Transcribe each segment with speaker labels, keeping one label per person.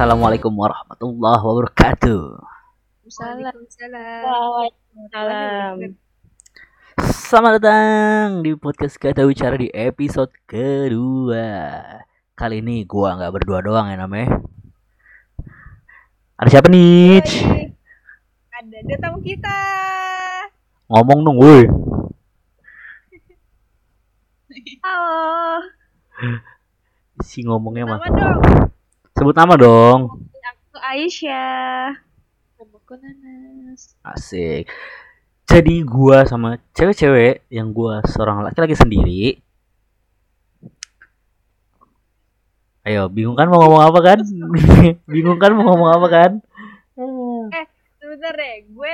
Speaker 1: Assalamualaikum warahmatullahi wabarakatuh.
Speaker 2: Waalaikumsalam.
Speaker 1: Selamat datang di podcast Kata Bicara di episode kedua. Kali ini gua nggak berdua doang ya namanya. Ada siapa nih?
Speaker 2: Ada tamu kita.
Speaker 1: Ngomong dong, woi.
Speaker 2: Halo.
Speaker 1: Si ngomongnya mah.
Speaker 2: Nama dong.
Speaker 1: Sebut nama dong.
Speaker 2: Aku Aisyah.
Speaker 3: Namaku Nanas.
Speaker 1: Asik. Jadi gua sama cewek-cewek yang gua seorang laki-laki sendiri. Ayo, bingung kan mau ngomong apa kan? Bingung kan mau ngomong apa kan?
Speaker 2: Sebentar deh, gue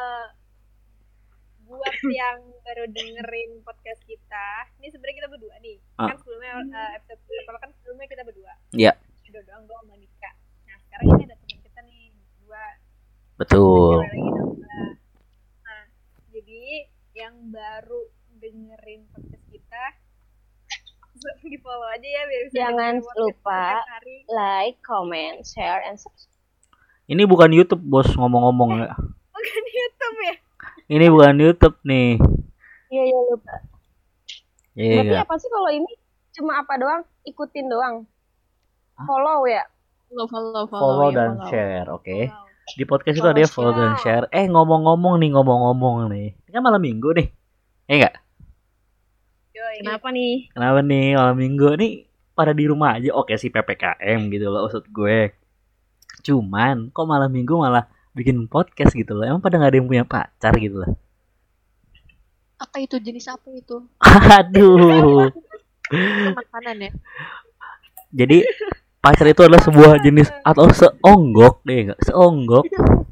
Speaker 2: buat yang baru dengerin podcast kita. Ini sebenarnya kita berdua nih. Kan sebelumnya episode pertama kan sebelumnya kita berdua.
Speaker 1: Iya.
Speaker 2: Udah doang gue sama Nika. Nah sekarang ini ada teman kita nih berdua.
Speaker 1: Betul.
Speaker 2: Cewek lagi nambah. Nah jadi yang baru dengerin podcast kita di follow aja ya biar bisa
Speaker 3: Jangan
Speaker 2: dengerin podcast
Speaker 3: lupa
Speaker 2: setiap hari.
Speaker 3: like, comment, share, and subscribe.
Speaker 1: Ini bukan YouTube, bos, ngomong-ngomong ya.
Speaker 2: Bukan YouTube ya?
Speaker 1: Ini bukan YouTube nih.
Speaker 3: Iya lupa.
Speaker 1: Iya
Speaker 3: Berarti
Speaker 1: enggak?
Speaker 3: apa sih kalau ini cuma apa doang? Ikutin doang. Follow ya.
Speaker 1: Follow dan share, oke.
Speaker 2: Wow.
Speaker 1: Di podcast itu ada follow dan share. Ngomong-ngomong nih. Ini kan malam minggu nih. Enggak?
Speaker 2: Yoi.
Speaker 3: Kenapa nih?
Speaker 1: Kenapa nih malam minggu nih pada di rumah aja? Oke sih PPKM gitu loh maksud gue. Cuman kok malam minggu malah bikin podcast gitu loh. Emang pada nggak ada yang punya pacar gitu loh.
Speaker 3: Apa itu jenis apa itu?
Speaker 1: Aduh.
Speaker 3: Makanan ya?
Speaker 1: Jadi pacar itu adalah sebuah jenis atau seonggok deh, enggak? Seonggok.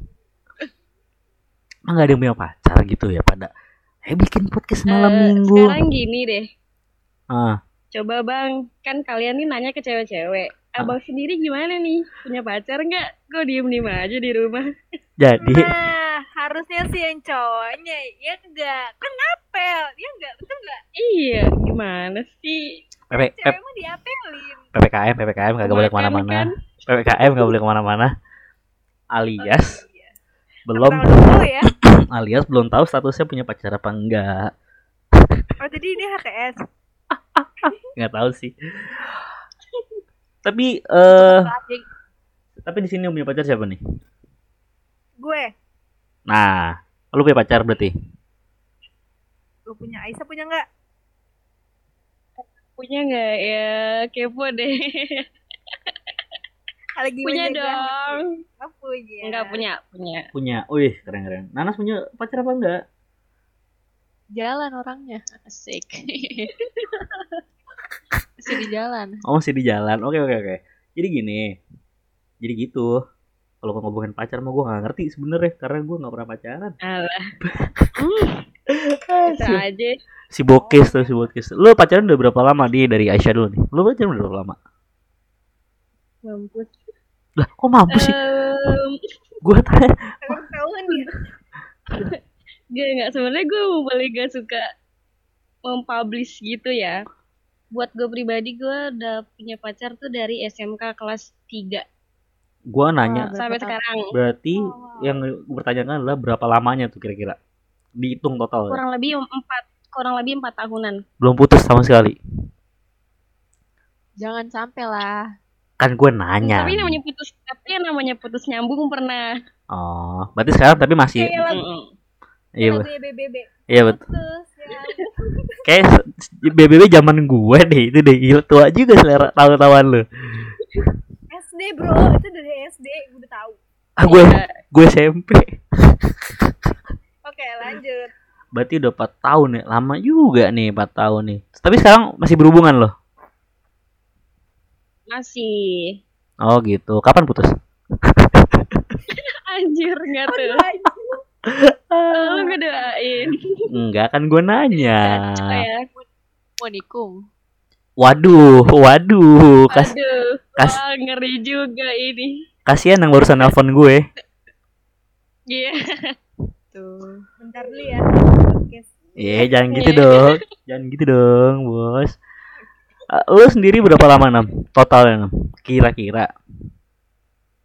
Speaker 1: Emang nggak ada yang punya pacar gitu ya pada bikin podcast malam minggu.
Speaker 3: Sekarang gini deh.
Speaker 1: Ah,
Speaker 3: Coba bang, kan kalian nih nanya ke cewek-cewek. Abang sendiri gimana nih? Punya pacar nggak? Kok diem-diem aja di rumah?
Speaker 1: jadi
Speaker 2: Nah, harusnya sih yang cowoknya, ya enggak? Kan apel, ya enggak? Betul enggak?
Speaker 3: Iya, gimana sih?
Speaker 2: Cewek mah diapelin.
Speaker 1: PPKM kagak boleh kemana-mana. PPKM nggak boleh kemana-mana. Alias
Speaker 2: Iya.
Speaker 1: belum
Speaker 2: Tahu dulu ya.
Speaker 1: alias belum tahu statusnya punya pacar apa enggak.
Speaker 2: Oh, jadi ini HTS.
Speaker 1: Nggak tahu sih. Tapi tapi di sini yang punya pacar siapa nih?
Speaker 2: Gue
Speaker 1: Nah, lu punya pacar berarti?
Speaker 2: punya. Aisyah punya enggak?
Speaker 3: Punya nggak ya? Kepo deh.
Speaker 2: Lagi
Speaker 3: Punya
Speaker 2: menjaga.
Speaker 3: dong.
Speaker 2: Oh, punya.
Speaker 3: Enggak punya.
Speaker 1: Punya. Wih, keren-keren. Nanas punya pacar apa enggak?
Speaker 4: Jalan orangnya asik. Masih di jalan.
Speaker 1: Oh, masih di jalan. Oke. Jadi gini. Jadi gitu. Kalau ngomongin pacar mah gue nggak ngerti sebenarnya karena gue nggak pernah pacaran.
Speaker 3: Alah. Bisa aja.
Speaker 1: Si Bokis. Lu pacaran udah berapa lama dari Aisyah dulu nih? Lu pacaran udah berapa lama?
Speaker 3: Mampus.
Speaker 1: Lah, kok mampus sih? Gue tanya.
Speaker 2: Tahu-tahuan dia.
Speaker 3: Gak sebenarnya gue paling gak suka mempublish gitu ya. Buat gue pribadi gue udah punya pacar tuh dari SMK kelas 3
Speaker 1: Gue nanya.
Speaker 3: sampai sekarang.
Speaker 1: Berarti yang gue pertanyakan adalah berapa lamanya tuh kira-kira? Dihitung total.
Speaker 3: Kurang lebih 4 tahunan.
Speaker 1: Belum putus sama sekali.
Speaker 4: Jangan sampai lah.
Speaker 1: Kan gue nanya.
Speaker 3: Tapi namanya putus nyambung pernah.
Speaker 1: Oh, berarti sekarang tapi masih.
Speaker 2: Kayak lagu,
Speaker 1: Iya,
Speaker 2: lagu BBB.
Speaker 1: iya betul.
Speaker 2: Terus ya.
Speaker 1: Kayak BBB zaman gue deh itu deh. Gila, tua juga selera tahu-tahuan lu.
Speaker 2: SD bro, itu dari SD gue udah tahu.
Speaker 1: Gue SMP.
Speaker 2: Oke, lanjut.
Speaker 1: Berarti udah 4 tahun ya. Lama juga nih 4 tahun nih. Tapi sekarang masih berhubungan loh.
Speaker 3: Masih.
Speaker 1: Oh gitu. Kapan putus?
Speaker 3: Anjir gak tuh. Lu ngedoain.
Speaker 1: Enggak, kan gue nanya.
Speaker 3: Ya.
Speaker 4: Monikung.
Speaker 1: Waduh.
Speaker 3: Aduh.
Speaker 1: Kas-
Speaker 3: Wah, ngeri juga ini.
Speaker 1: Kasihan yang barusan nelpon gue.
Speaker 3: Iya.
Speaker 4: Tuh.
Speaker 2: Bentar dulu ya. Podcast.
Speaker 1: Jangan gitu dong. Jangan gitu dong, Bos. Lu sendiri berapa lama, Nam? Totalnya, Nam? Kira-kira.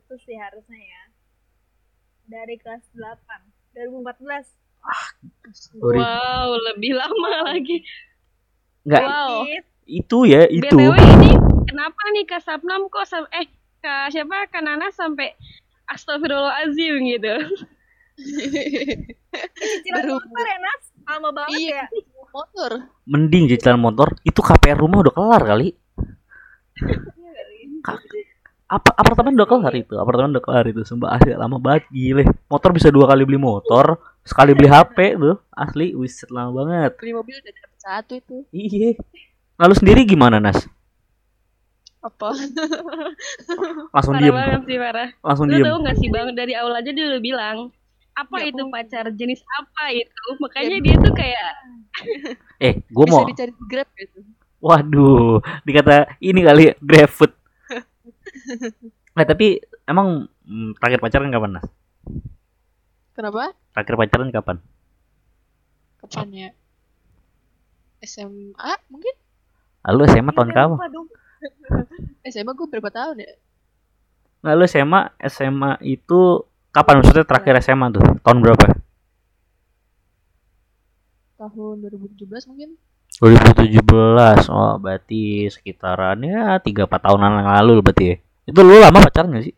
Speaker 2: putus sih harusnya ya. Dari kelas 8 2014.
Speaker 3: Wow, lebih lama lagi.
Speaker 1: Enggak,
Speaker 3: Wow.
Speaker 1: itu ya, itu.
Speaker 3: BTW ini kenapa nih Kak Sapnam kok Kak siapa Kak Nana sampai astagfirullahaladzim gitu.
Speaker 2: Cicilan motor ya Nas? Lama banget
Speaker 4: Iya,
Speaker 2: ya.
Speaker 4: motor.
Speaker 1: Mending cicilan motor, itu KPR rumah udah kelar kali. Apartemen udah kelar itu, sumpah asli lama banget gile. Motor bisa 2 kali beli motor, sekali beli HP tuh, asli wiset lama banget.
Speaker 4: Beli mobil udah dapet 1 itu.
Speaker 1: Iya. Lalu sendiri gimana Nas?
Speaker 4: Apa?
Speaker 1: Langsung
Speaker 3: Parah
Speaker 1: diem,
Speaker 3: banget sih, parah.
Speaker 1: langsung
Speaker 3: Lu
Speaker 1: diem.
Speaker 3: tahu nggak sih Bang, dari awal aja dia udah bilang apa
Speaker 4: Nggak
Speaker 3: itu
Speaker 4: mungkin.
Speaker 3: pacar, jenis apa itu. Makanya dia tuh kayak
Speaker 1: Gue
Speaker 4: Bisa
Speaker 1: mau,
Speaker 4: dicari di Grab gitu.
Speaker 1: waduh, dikata ini kali GrabFood. Nah tapi emang terakhir pacaran kapan Nas?
Speaker 4: Kenapa?
Speaker 1: Terakhir pacaran kapan?
Speaker 4: Kapan ya? SMA mungkin?
Speaker 1: Lalu SMA tahun kapan?
Speaker 2: Lupa dong.
Speaker 4: SMA gue berapa tahun ya?
Speaker 1: Lalu SMA itu kapan, maksudnya terakhir SMA tuh? Tahun berapa?
Speaker 4: Tahun 2017 mungkin.
Speaker 1: 2017. Oh, berarti sekitaran ya 3-4 tahunan yang lalu berarti ya. Itu lu lama pacaran gak sih?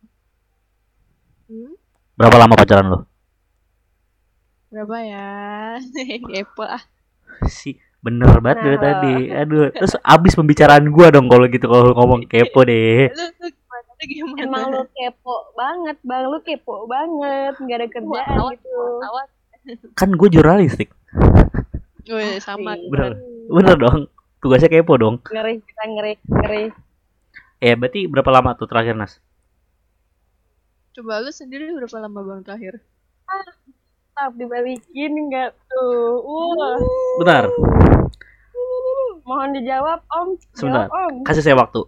Speaker 1: Berapa lama pacaran lu?
Speaker 4: Berapa ya? Kepo ah.
Speaker 1: Sih, bener banget dari
Speaker 3: Nah.
Speaker 1: tadi. Aduh, terus abis pembicaraan gua dong kalau gitu, kalau ngomong kepo deh.
Speaker 4: Lu gimana? Lu gimana?
Speaker 3: emang lu kepo banget, Bang. Lu kepo banget, nggak ada kerjaan
Speaker 4: Wartawan,
Speaker 3: gitu.
Speaker 4: wartawan.
Speaker 1: Kan gue jurnalistik.
Speaker 4: Wih, sama.
Speaker 1: Bener dong. Tugasnya kepo dong.
Speaker 3: Ngeri, kita ngeri.
Speaker 1: Berarti berapa lama tuh terakhir Nas?
Speaker 4: Coba lu sendiri berapa lama bang terakhir?
Speaker 3: Tetap dibalikin nggak tuh?
Speaker 1: Bentar,
Speaker 3: Mohon dijawab, Om.
Speaker 1: sebentar.
Speaker 3: Jawab, Om.
Speaker 1: Kasih saya waktu.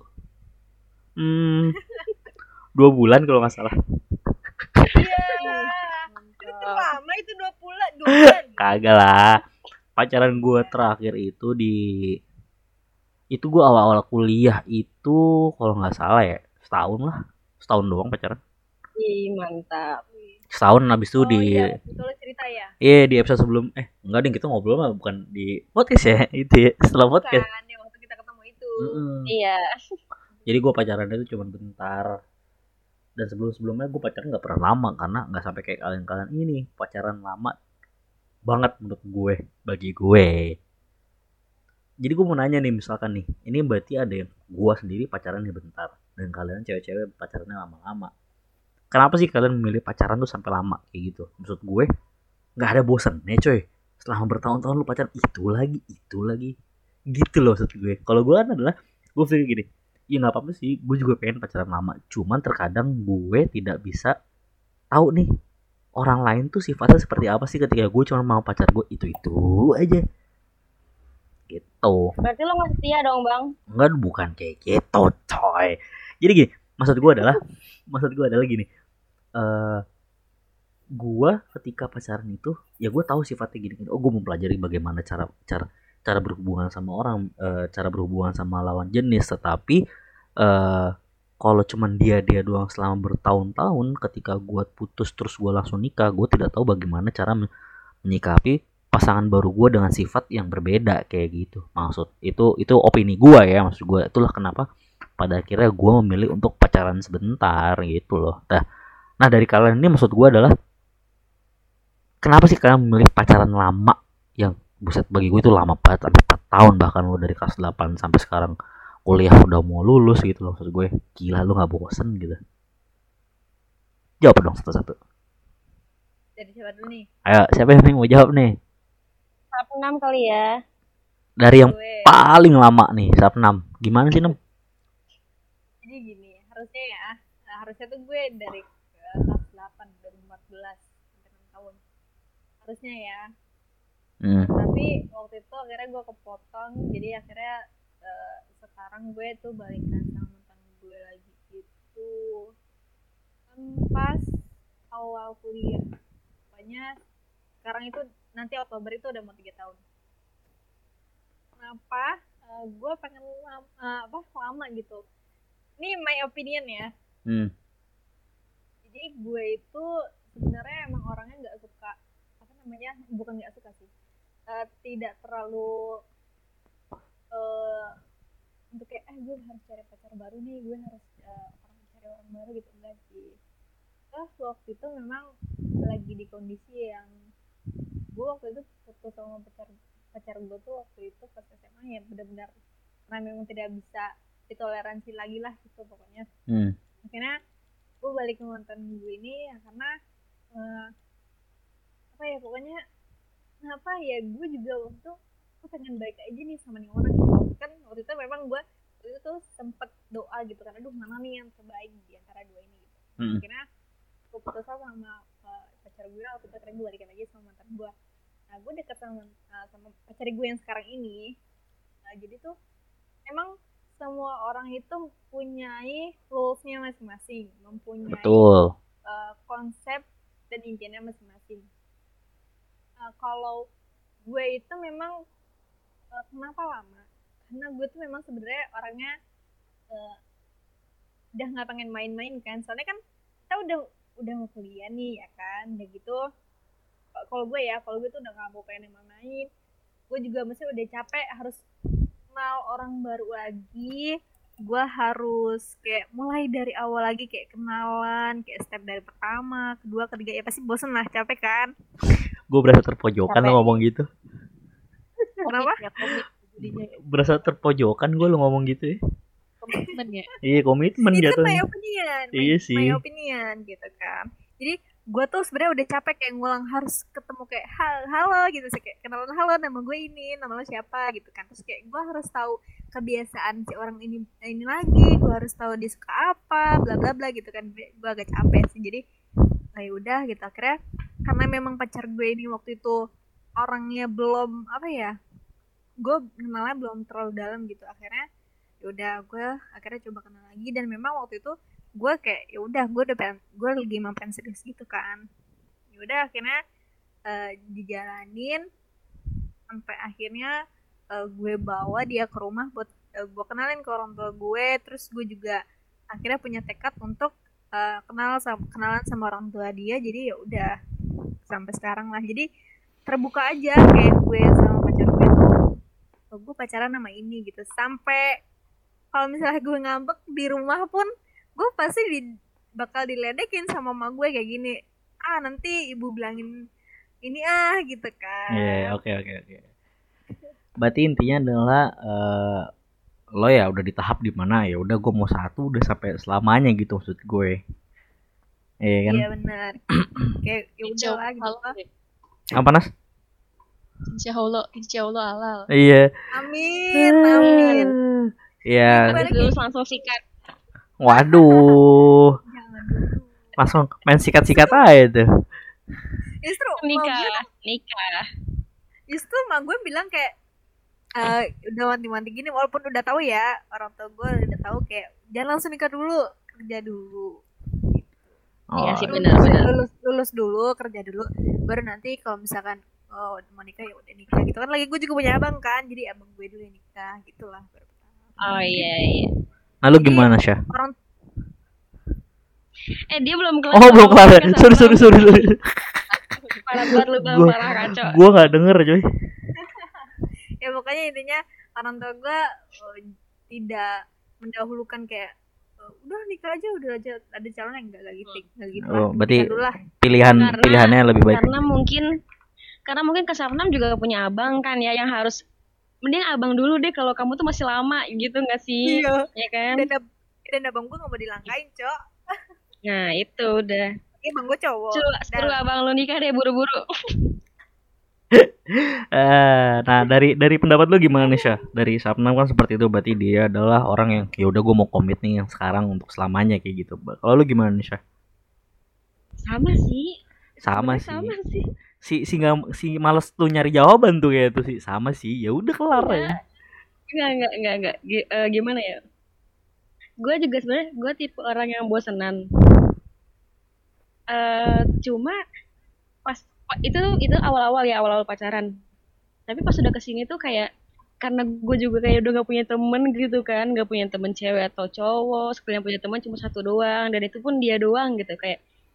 Speaker 1: 2 bulan kalau nggak salah.
Speaker 2: Iya. Itu lama itu 2 bulan.
Speaker 1: Kagak lah. Pacaran gue terakhir itu itu gue awal-awal kuliah itu kalau nggak salah ya setahun doang pacaran.
Speaker 3: Ih, mantap.
Speaker 1: Setahun habis itu
Speaker 2: Iya, betul lo cerita ya.
Speaker 1: di episode sebelum enggak deh, kita ngobrol mah bukan di podcast ya, itu ya, setelah podcast.
Speaker 2: Kan yang waktu kita ketemu itu.
Speaker 3: Iya.
Speaker 1: Jadi gue pacarannya itu cuma bentar. Dan sebelumnya gue pacaran nggak pernah lama karena nggak sampai kayak kalian ini pacaran lama banget menurut gue, bagi gue. Jadi gue mau nanya nih, misalkan nih, ini berarti ada yang gue sendiri pacarannya bentar dan kalian cewek-cewek pacarannya lama-lama. Kenapa sih kalian memilih pacaran tuh sampai lama kayak gitu? Maksud gue nggak ada bosannya coy. Selama bertahun-tahun lu pacaran itu lagi, gitu loh maksud gue. Kalau gue kan adalah gue pikir gini, ya nggak apa-apa sih, gue juga pengen pacaran lama. Cuman terkadang gue tidak bisa tahu nih orang lain tuh sifatnya seperti apa sih ketika gue cuma mau pacar gue itu aja. Gitu.
Speaker 3: Berarti lo nggak setia dong, Bang?
Speaker 1: Enggak, bukan kayak gitu coy. Jadi gini, maksud gue adalah gini. Gue ketika pacaran itu ya gue tahu sifatnya gini. Oh, gue mempelajari bagaimana cara berhubungan sama orang, cara berhubungan sama lawan jenis. Tetapi kalau cuman dia doang selama bertahun-tahun, ketika gue putus terus gue langsung nikah, gue tidak tahu bagaimana cara menyikapi pasangan baru gue dengan sifat yang berbeda kayak gitu. Maksud itu opini gue ya, maksud gue itulah kenapa pada akhirnya gue memilih untuk pacaran sebentar gitu loh. Nah dari kalian ini maksud gue adalah kenapa sih kalian memilih pacaran lama yang buset bagi gue itu lama banget, sampai 4 tahun bahkan lo dari kelas 8 sampai sekarang kuliah udah mau lulus gitu loh. Maksud gue gila, lu gak bosen gitu? Jawab dong satu-satu.
Speaker 2: Jadi siapa dulu nih?
Speaker 1: Ayo, siapa yang mau jawab nih?
Speaker 3: Sapu 6 kali ya.
Speaker 1: Dari yang
Speaker 2: Gue.
Speaker 1: paling lama nih, Sapnam. Gimana sih, Nem?
Speaker 2: Jadi gini, harusnya tuh gue dari kelas 8 2014 sampai 6 tahun. Harusnya ya. Tapi waktu itu akhirnya gue kepotong, jadi akhirnya sekarang gue tuh balikan sama mantan gue lagi gitu. Pas awal kuliah. Pokoknya sekarang itu nanti Oktober itu udah mau 3 tahun. Kenapa? Gue pengen lama gitu. Ini my opinion ya. Jadi gue itu sebenarnya emang orangnya nggak suka, apa namanya, bukan nggak suka sih, tidak terlalu untuk kayak gue harus cari pacar baru nih, gue harus cari orang baru gitu, enggak sih. Waktu itu memang lagi di kondisi yang gue waktu itu putus sama pacar gue tuh waktu itu pas SMA ya, benar-benar karena memang tidak bisa ditoleransi lagi lah gitu pokoknya. Akhirnya gue balik ke mantan gue ini ya karena apa ya, pokoknya kenapa ya, gue juga waktu itu gue pengen baik aja nih sama nih orang gitu kan. Waktu itu memang gue waktu itu tuh sempet doa gitu kan, aduh mana nih yang terbaik di antara dua ini gitu. Akhirnya gue putus sama pacar gue waktu itu, akhirnya gue balikan lagi sama mantan gue. Nah gue deket sama pacar gue yang sekarang ini. Nah, jadi tuh emang semua orang itu mempunyai rules-nya masing-masing, mempunyai konsep dan impiannya masing-masing. Kalau gue itu memang kenapa lama? Karena gue tuh memang sebenarnya orangnya udah nggak pengen main-main kan, soalnya kan kita udah mau kuliah nih ya kan, udah gitu. Kalau gue tuh udah nggak mau pengen main-main. Gue juga mesti udah capek harus kenal orang baru lagi. Gue harus kayak mulai dari awal lagi, kayak kenalan, kayak step dari pertama, kedua, ketiga, ya pasti bosen lah, capek kan.
Speaker 1: Gue berasa terpojokan lo ngomong gitu.
Speaker 2: Kenapa?
Speaker 1: Berasa terpojokan gue lo ngomong gitu ya.
Speaker 4: Komitmen ya?
Speaker 1: Iya, komitmen
Speaker 2: jatuhnya. Itu
Speaker 1: my
Speaker 2: opinion.
Speaker 1: Iya sih.
Speaker 2: My opinion gitu kan. Jadi gue tuh sebenarnya udah capek kayak ngulang harus ketemu kayak halo gitu sih, kayak kenalan, halo nama gue ini, nama lo siapa gitu kan. Terus kayak gue harus tahu kebiasaan si orang ini lagi, gue harus tahu dia suka apa, bla bla bla gitu kan. Gue agak capek sih. Jadi ya udah gitu, akhirnya karena memang pacar gue ini waktu itu orangnya belum apa ya, gue kenalnya belum terlalu dalam gitu. Akhirnya yaudah gue akhirnya coba kenal lagi, dan memang waktu itu gue kayak ya udah gue lagi mau pengen serius gitu kan. Ya udah akhirnya dijalanin sampai akhirnya gue bawa dia ke rumah buat gue kenalin ke orang tua gue. Terus gue juga akhirnya punya tekad untuk kenalan sama orang tua dia. Jadi ya udah sampai sekarang lah, jadi terbuka aja kayak gue sama pacar gue tuh, gue pacaran sama ini gitu. Sampai kalau misalnya gue ngambek di rumah pun gue pasti bakal diledekin sama mama gue kayak gini, nanti ibu bilangin ini gitu kan.
Speaker 1: Iya, oke. Berarti intinya adalah lo ya udah di tahap dimana ya udah gue mau satu udah sampai selamanya gitu maksud gue. Iya kan?
Speaker 2: Iya benar. Kayak ya udah lah gitu lah.
Speaker 1: Apa Nas?
Speaker 4: Insya Allah halal.
Speaker 1: Iya.
Speaker 2: Amin.
Speaker 1: Iya.
Speaker 3: Terus langsung sikat.
Speaker 1: Waduh. Langsung main sikat-sikat aja tuh.
Speaker 2: Justru
Speaker 3: nikah.
Speaker 2: Justru mak gue bilang kayak udah wanti-wanti gini, walaupun udah tahu ya, orang tua gue udah tahu kayak jangan langsung nikah dulu, kerja dulu.
Speaker 3: Iya sih, benar.
Speaker 2: Lulus dulu, kerja dulu, baru nanti kalau misalkan mau nikah ya udah nikah gitu kan. Lagi gue juga punya abang kan, jadi abang gue dulu yang nikah gitulah.
Speaker 3: Oh iya.
Speaker 1: Lalu gimana Syah?
Speaker 3: Dia belum kelar.
Speaker 1: Oh belum kelar. Sorry.
Speaker 3: Parah banget lu, parah kacau.
Speaker 1: Gue nggak denger coy.
Speaker 2: Ya pokoknya intinya orang tua gue tidak mendahulukan kayak udah nikah aja, udah aja ada calon yang enggak gitu.
Speaker 1: Oh, berarti pilihannya lebih baik.
Speaker 3: Karena mungkin Kasarnam juga punya abang kan ya, yang harus mending abang dulu deh kalau kamu tuh masih lama gitu nggak sih?
Speaker 2: Iya.
Speaker 3: Ya kan?
Speaker 2: Dan abang gue nggak mau dilangkain, Cok.
Speaker 3: Nah itu udah.
Speaker 2: Abang gue cowok.
Speaker 3: Suruh abang lu nikah deh buru-buru.
Speaker 1: Nah dari pendapat lu gimana nih Syah? Dari Sapnam kan seperti itu, berarti dia adalah orang yang ya udah gue mau komit nih yang sekarang untuk selamanya kayak gitu. Kalau lu gimana nih Syah? Sama sih. Si males tuh nyari jawaban tuh kayak tuh sih, sama sih. Ya udah kelar ya.
Speaker 3: Enggak. Gimana ya? Gue juga sebenarnya gue tipe orang yang bosenan. Cuma pas itu awal-awal pacaran. Tapi pas udah kesini tuh kayak karena gue juga kayak udah gak punya temen gitu kan, gak punya temen cewek atau cowok, sekalian punya teman cuma satu doang, dan itu pun dia doang gitu. Kayak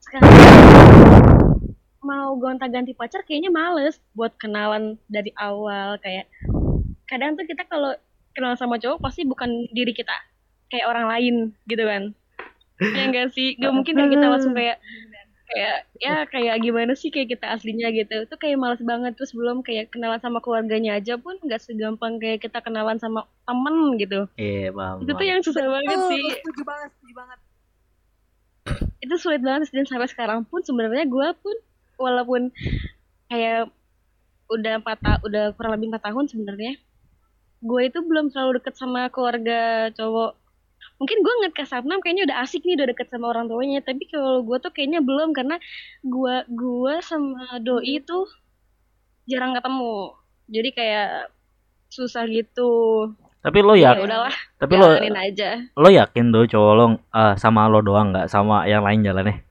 Speaker 3: sekarang mau gonta-ganti pacar kayaknya males buat kenalan dari awal. Kayak kadang tuh kita kalau kenal sama cowok pasti bukan diri kita, kayak orang lain gitu kan. Ya enggak sih, gak mungkin kayak kita langsung kayak gimana sih kayak kita aslinya gitu. Itu kayak males banget. Terus belum kayak kenalan sama keluarganya aja pun nggak segampang kayak kita kenalan sama temen gitu.
Speaker 1: Bang.
Speaker 3: Itu tuh yang susah banget sih.
Speaker 2: Setuju banget.
Speaker 3: Itu sulit banget, dan sampai sekarang pun sebenarnya gue pun walaupun kayak udah kurang lebih 4 tahun sebenarnya, gue itu belum terlalu deket sama keluarga cowok. Mungkin gue ngeliat Kak Sapnam kayaknya udah asik nih, udah deket sama orang tuanya, tapi kalau gue tuh kayaknya belum, karena gue sama doi itu jarang ketemu, jadi kayak susah gitu.
Speaker 1: Tapi lo
Speaker 3: Ya udahlah,
Speaker 1: tapi
Speaker 3: jalanin aja.
Speaker 1: Lo yakin tuh cowok lo sama lo doang, nggak sama yang lain jalannya?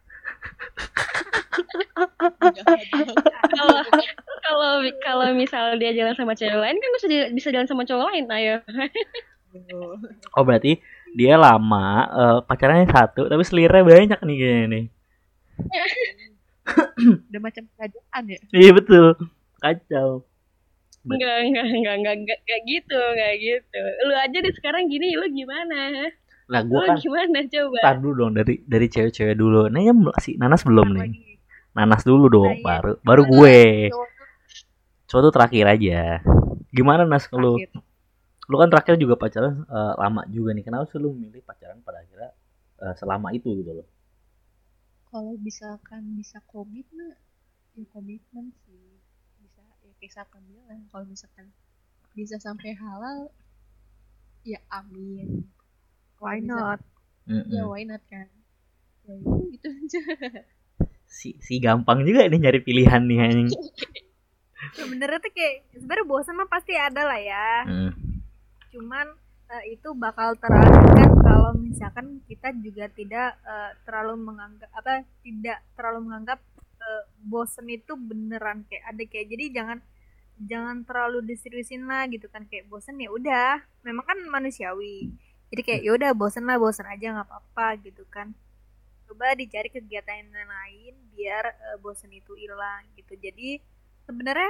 Speaker 3: Kalau misal dia jalan sama cewek lain kan bisa jalan sama cowok lain, ayo.
Speaker 1: Oh berarti dia lama pacarannya satu tapi selera banyak nih kayaknya nih.
Speaker 4: Udah macam kerajaan ya.
Speaker 1: Iya betul, kacau.
Speaker 3: Enggak gitu. Lu aja deh sekarang gini, lu gimana?
Speaker 1: Lah gue kan
Speaker 3: gimana coba?
Speaker 1: Tar dulu dong, dari cewek-cewek dulu. Nanya si Nanas belum nih. Nanas dulu dong, baru gue. Cowok tuh terakhir aja. Gimana Nas lu? Lu kan terakhir juga pacaran lama juga nih. Kenapa sih lu milih pacaran pada akhirnya selama itu gitu loh?
Speaker 4: Kalau misalkan bisa komitmen, ya komitmen sih. Bisa ya kayak Sapnam bilang, kalau misalkan bisa sampai halal, ya amin.
Speaker 2: Why not?
Speaker 4: Ya why not kan? Ya itu gitu aja.
Speaker 1: Si gampang juga nih nyari pilihan nih anjing.
Speaker 2: Sebenarnya tuh kayak sebenarnya bosan mah pasti ada lah ya. Cuman itu bakal teralihkan kalau misalkan kita juga tidak terlalu menganggap bosan itu beneran kayak ada kayak, jadi jangan terlalu diseriusin lah gitu kan, kayak bosan ya udah, memang kan manusiawi, jadi kayak ya udah bosan aja nggak apa-apa gitu kan. Coba dicari kegiatan yang lain biar bosan itu hilang gitu. Jadi sebenarnya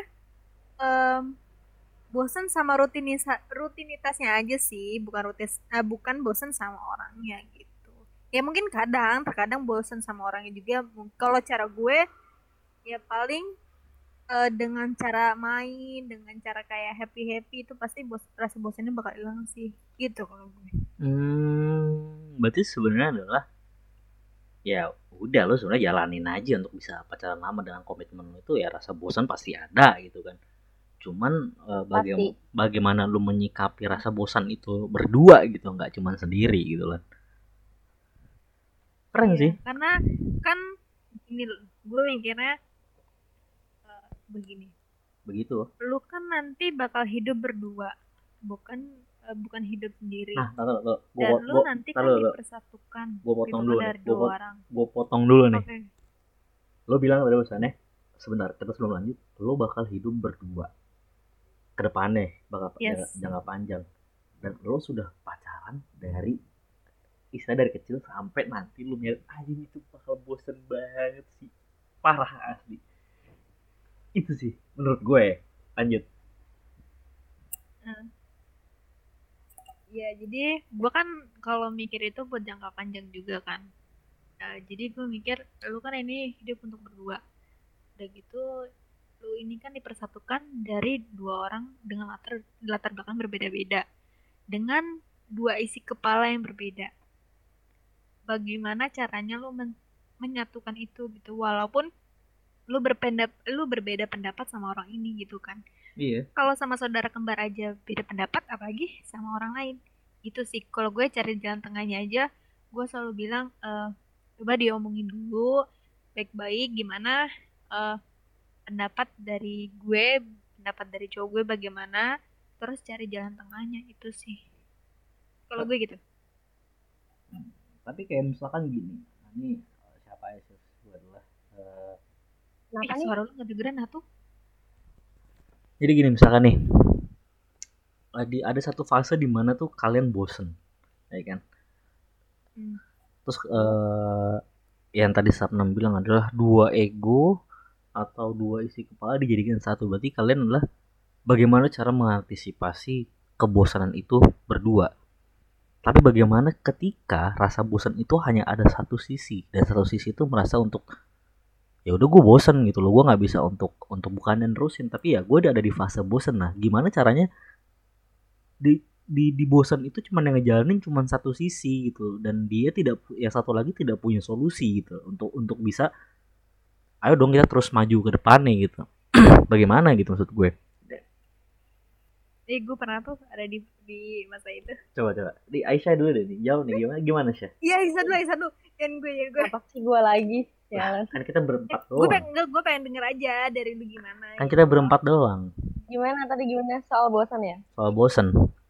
Speaker 2: bosan sama rutinitasnya aja sih, bukan bosan sama orangnya gitu. Ya mungkin terkadang bosan sama orangnya juga. Kalau cara gue ya paling dengan cara main, dengan cara kayak happy itu pasti rasa bosannya bakal hilang sih gitu kalau gue.
Speaker 1: Berarti sebenarnya adalah ya udah lo sebenarnya jalanin aja untuk bisa pacaran lama dengan komitmen lo itu, ya rasa bosan pasti ada gitu kan. Cuman bagaimana lu menyikapi rasa bosan itu berdua gitu, nggak cuma sendiri gitu kan. Keren sih.
Speaker 2: Karena kan ini gue mikirnya begini.
Speaker 1: Begitu.
Speaker 2: Lu kan nanti bakal hidup berdua, bukan hidup sendiri.
Speaker 1: Nah,
Speaker 2: lu nanti kan dipersatukan.
Speaker 1: Gue potong dulu
Speaker 2: dari dua orang.
Speaker 1: Gue potong dulu nih.
Speaker 2: Okay.
Speaker 1: Lo bilang tadi bosannya, sebentar, kita sebelum lanjut, lo bakal hidup berdua ke depannya, bakal jangka panjang, dan lo sudah pacaran dari kecil sampai nanti lo nyari anjing, itu bakal bosen banget sih, parah asli. Itu sih menurut gue. Lanjut.
Speaker 2: Ya jadi gue kan kalau mikir itu buat jangka panjang juga kan. Jadi gue mikir lu kan ini hidup untuk berdua, udah gitu lu ini kan dipersatukan dari dua orang dengan latar belakang berbeda-beda, dengan dua isi kepala yang berbeda. Bagaimana caranya lu menyatukan itu gitu, walaupun lu berbeda pendapat sama orang ini gitu kan.
Speaker 1: Iya.
Speaker 2: Kalau sama saudara kembar aja beda pendapat, apalagi sama orang lain. Gitu sih. Kalau gue cari jalan tengahnya aja, gue selalu bilang coba diomongin dulu baik-baik gimana pendapat dari cowok gue bagaimana, terus cari jalan tengahnya, itu sih kalau gue gitu.
Speaker 1: Tapi kayak misalkan gini, ini siapa ya sih adalah
Speaker 2: suara lu nggak dengeran atuh.
Speaker 1: Jadi gini, misalkan nih ada satu fase di mana tuh kalian bosen, ya kan? Terus yang tadi Sapnam bilang adalah dua ego atau dua isi kepala dijadikan satu. Berarti kalian adalah bagaimana cara mengantisipasi kebosanan itu berdua. Tapi bagaimana ketika rasa bosan itu hanya ada satu sisi dan satu sisi itu merasa untuk ya udah gue bosan gitu loh, gue nggak bisa untuk bukannya nerusin, tapi ya gue udah ada di fase bosan. Nah gimana caranya di bosan itu cuma yang ngejalanin cuma satu sisi gitu, dan dia tidak, yang satu lagi tidak punya solusi gitu untuk bisa ayo dong kita terus maju ke depannya gitu. Bagaimana gitu maksud gue.
Speaker 2: Gue pernah tuh ada di masa itu.
Speaker 1: Coba di Aisyah dulu deh, jauh nih, gimana Syah?
Speaker 2: Iya Aisyah dulu kan gue
Speaker 3: apa sih gue lagi ya.
Speaker 1: Kan kita berempat doang.
Speaker 2: Gue pengen denger aja dari lu gimana.
Speaker 1: Kan kita berempat doang.
Speaker 3: Gimana soal bosan ya?
Speaker 1: Soal bosan.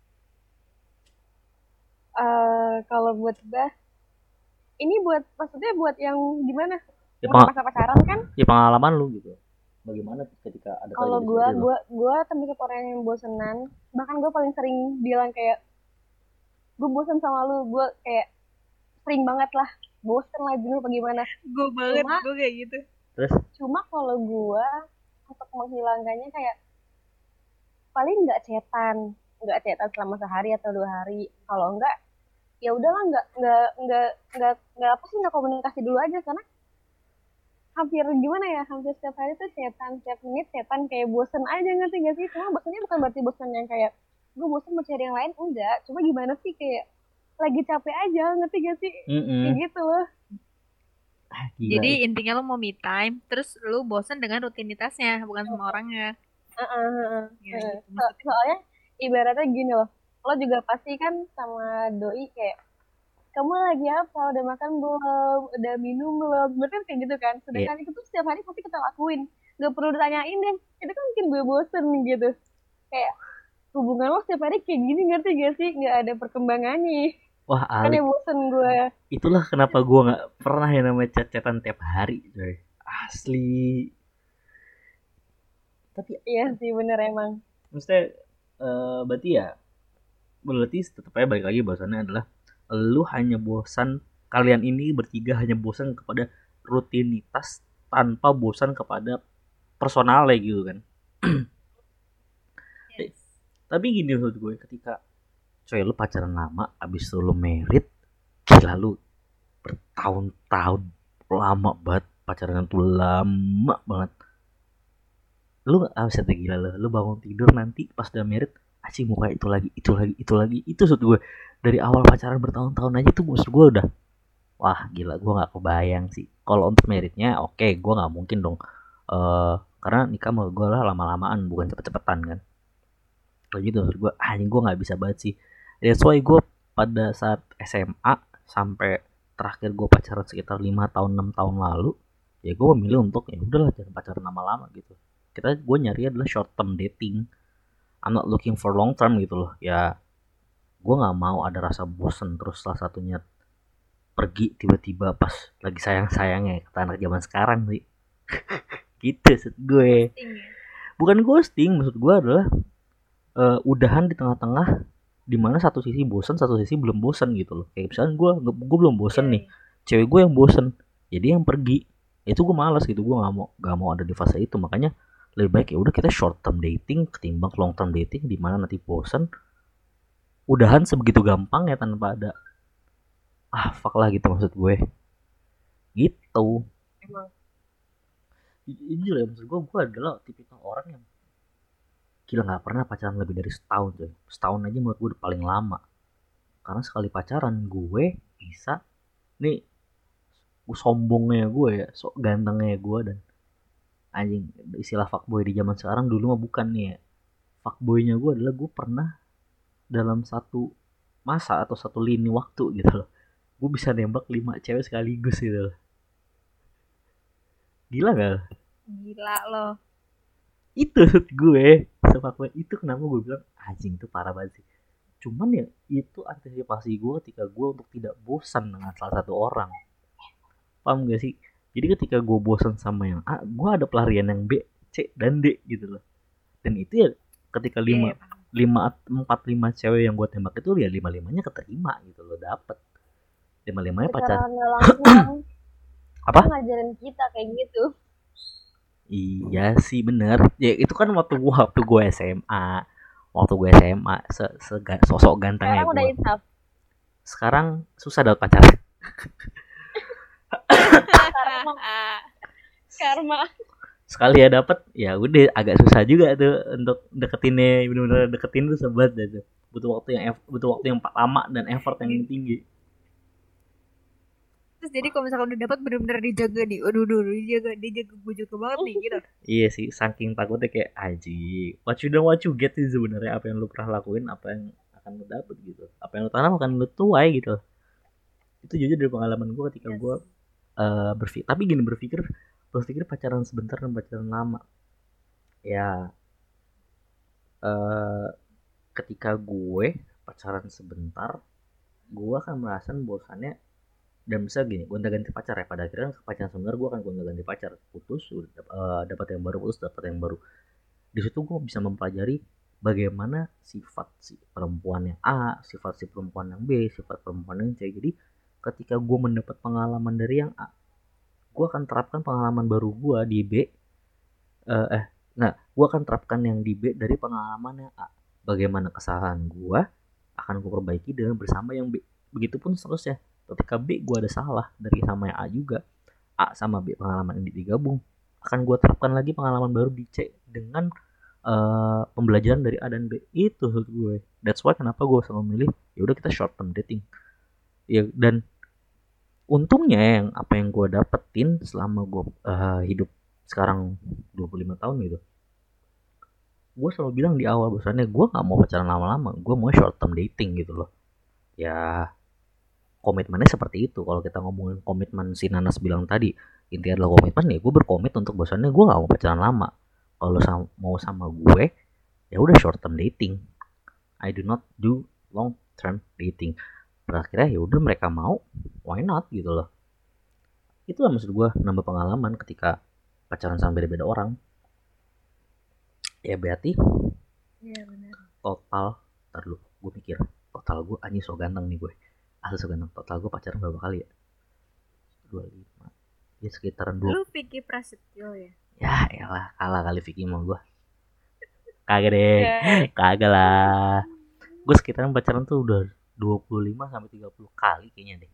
Speaker 3: Kalau buat gue ini maksudnya buat yang gimana?
Speaker 1: Ya,
Speaker 3: masa pacaran kan?
Speaker 1: Ya pengalaman lu gitu. Bagaimana ketika ada
Speaker 3: kalau gue termasuk orang yang bosenan, bahkan gue paling sering bilang kayak gue bosen sama lu, gue kayak sering banget lah bosen lah jenuh bagaimana.
Speaker 2: Gue banget gue kayak gitu.
Speaker 1: Terus?
Speaker 3: Cuma kalau gue untuk menghilangkannya kayak paling nggak chatan selama sehari atau 2 hari. Kalau enggak ya udahlah, nggak apa sih, nggak komunikasi dulu aja, karena hampir setiap hari tuh chatan, setiap menit chatan, kayak bosen aja, ngerti gak sih? Cuma bosennya bukan berarti bosen yang kayak gue bosen mau cari yang lain, enggak. Cuma gimana sih, kayak lagi capek aja, ngerti gak sih? Kayak gitu loh.
Speaker 1: Gila.
Speaker 2: Jadi intinya lo mau me time, terus lo bosen dengan rutinitasnya, bukan sama orangnya.
Speaker 3: Ya, gitu. Soalnya ibaratnya gini loh, lo juga pasti kan sama doi kayak, kamu lagi apa? Udah makan belum? Udah minum belum? Berarti kayak gitu kan. Sedangkan itu tuh setiap hari pasti kita lakuin. Gak perlu ditanyain deh. Itu kan bikin gue bosen gitu. Kayak hubungan lo setiap hari kayak gini, ngerti gak sih? Gak ada perkembangannya.
Speaker 1: Wah,
Speaker 3: kan ya bosen gue.
Speaker 1: Itulah kenapa gue gak pernah yang namanya chat-chatan tiap hari, coy. Asli. Tapi
Speaker 3: iya sih, bener emang.
Speaker 1: Maksudnya berarti tetap aja balik lagi bahwasannya adalah lu hanya bosan, kalian ini bertiga hanya bosan kepada rutinitas tanpa bosan kepada personalnya gitu kan. Yes. Tapi gini menurut gue, ketika coy lu pacaran lama abis itu lu merit, gila lu bertahun-tahun, lama banget pacaran tuh, lama banget. Lu bisa gila lu bangun tidur nanti pas udah merit, aci muka itu lagi. Itu maksud gue. Dari awal pacaran bertahun-tahun aja tuh maksud gue udah, wah gila, gue gak kebayang sih. Kalau untuk meritnya oke, gue gak mungkin dong. Karena nikah menurut gue lah lama-lamaan, bukan cepet-cepetan kan. Kayak gitu maksud gue, gue gak bisa banget sih. That's why gue pada saat SMA sampai terakhir gue pacaran sekitar 5 tahun 6 tahun lalu, ya gue memilih untuk ya udahlah jangan pacaran lama-lama gitu. Gue nyari adalah short term dating. I'm not looking for long term gitu loh. Ya gue nggak mau ada rasa bosen terus salah satunya pergi tiba-tiba pas lagi sayang-sayangnya, kata anak zaman sekarang sih. Gitu maksud gue. Bukan ghosting, maksud gue adalah udahan di tengah-tengah, dimana satu sisi bosen, satu sisi belum bosen gitu loh. Kayak misalnya gue belum bosen nih, cewek gue yang bosen, jadi yang pergi. Itu gue malas gitu, gue nggak mau ada di fase itu. Makanya lebih baik ya udah kita short term dating ketimbang long term dating, di mana nanti bosen udahan sebegitu gampang ya tanpa ada fuck lah gitu maksud gue. Gitu.
Speaker 3: Emang
Speaker 1: jujur ya, maksud gue adalah tipikal orang yang gila gak pernah pacaran lebih dari setahun coy. Setahun aja menurut gue udah paling lama. Karena sekali pacaran gue bisa, nih sombongnya gue ya, sok gantengnya gue, dan anjing istilah fuckboy di zaman sekarang, dulu mah bukan nih ya. Fuckboynya gue adalah gue pernah dalam satu masa atau satu lini waktu gitu loh, gue bisa nembak 5 cewek sekaligus gitu loh. Gila gak?
Speaker 2: Gila loh.
Speaker 1: Itu gue sepak itu kenapa gue bilang anjing itu parah banget sih. Cuman ya itu antisipasi gue ketika gue untuk tidak bosan dengan salah satu orang. Paham gak sih? Jadi ketika gue bosan sama yang A, gue ada pelarian yang B, C, dan D gitu loh. Dan itu ya ketika 4-5 cewek yang gue tembak itu ya 5-5-nya keterima gitu loh, dapet 5-5-nya pacar. Apa?
Speaker 3: Dia ngajarin kita kayak gitu.
Speaker 1: Iya sih bener. Ya itu kan waktu gue SMA. Waktu gue SMA sosok gantengnya
Speaker 3: Sekarang udah
Speaker 1: gue.
Speaker 3: insaf.
Speaker 1: Sekarang susah dapat pacar.
Speaker 3: Karma.
Speaker 1: Sekali ya dapat, ya udah agak susah juga tuh untuk deketinnya, bener-bener deketin tuh sebat tuh. Butuh waktu yang lama dan effort yang tinggi.
Speaker 2: Terus jadi kalau misalkan udah dapat benar-benar dijaga nih, waduh dijaga gue juga banget nih gitu.
Speaker 1: Iya sih, saking takutnya kayak aji, what you get sih sebenarnya, apa yang lu pernah lakuin, apa yang akan lu dapet gitu, apa yang lu tanam akan lu tuai gitu. Itu jujur dari pengalaman gue ketika gue berpikir pacaran sebentar dan pacaran lama. Ya ketika gue pacaran sebentar, gue akan merasa bosannya dan bisa gini gonta-ganti pacar ya. Pada akhirnya pacaran sebentar gue akan gonta-ganti pacar, putus dapat yang baru, putus dapat yang baru. Di situ gue bisa mempelajari bagaimana sifat si perempuan yang A, sifat si perempuan yang B, sifat perempuan yang C. Jadi ketika gue mendapat pengalaman dari yang A, gue akan terapkan pengalaman baru gue di B. Gue akan terapkan yang di B dari pengalaman yang A. Bagaimana kesalahan gue akan gue perbaiki dengan bersama yang B. Begitupun seterusnya. Ketika B gue ada salah dari sama yang A juga, A sama B pengalaman ini digabung, akan gue terapkan lagi pengalaman baru di C dengan pembelajaran dari A dan B. Itu menurut gue. That's why kenapa gue selalu milih ya udah kita short term dating. Ya, dan untungnya yang apa yang gue dapetin selama gue hidup sekarang 25 tahun gitu, gue selalu bilang di awal bahwasannya gue gak mau pacaran lama-lama, gue mau short term dating gitu loh. Ya komitmennya seperti itu. Kalau kita ngomongin komitmen si Nanas bilang tadi, intinya adalah komitmen, ya gue berkomit untuk bahwasannya gue gak mau pacaran lama. Kalau mau sama gue ya udah short term dating, I do not do long term dating. Berakhirnya ya udah mereka mau, why not gitu loh. Itulah maksud gue, nambah pengalaman ketika pacaran sama beda-beda orang. Ya berarti
Speaker 2: benar.
Speaker 1: total, ntar dulu gue mikir, total gue anjing so ganteng nih gue, asli so ganteng. Total gue pacaran berapa kali ya? 25, ya sekitaran 20.
Speaker 2: Lu Vicky Prasetyo ya?
Speaker 1: Ya elah, kalah kali Vicky sama gue. Kagak deh, kagak lah. Gue sekitaran pacaran tuh udah 25 sampai 30 kali kayaknya deh.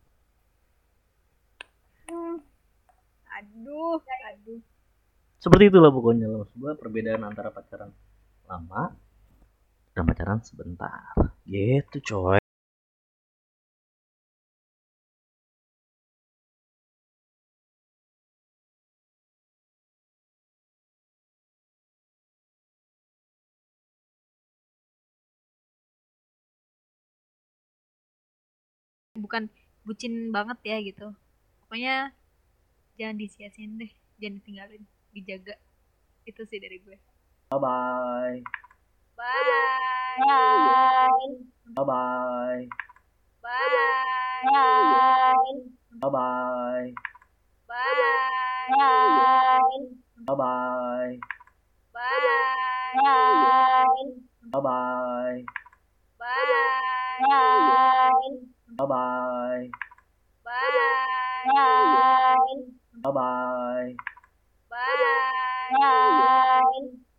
Speaker 2: Aduh.
Speaker 1: Seperti itulah pokoknya loh. Gue perbedaan antara pacaran lama dan pacaran sebentar. Gitu coy.
Speaker 2: Bukan bucin banget ya gitu. Pokoknya jangan disia-siain deh, jangan ditinggalin, dijaga. Itu sih dari gue.
Speaker 1: Bye.
Speaker 2: Bye.
Speaker 1: Bye bye.
Speaker 2: Bye.
Speaker 1: Bye bye.
Speaker 2: Bye.
Speaker 1: Bye bye.
Speaker 2: Bye.
Speaker 1: Bye bye.
Speaker 2: Bye.
Speaker 1: Bye bye.
Speaker 2: Bye.
Speaker 1: Bye bye.
Speaker 2: Bye.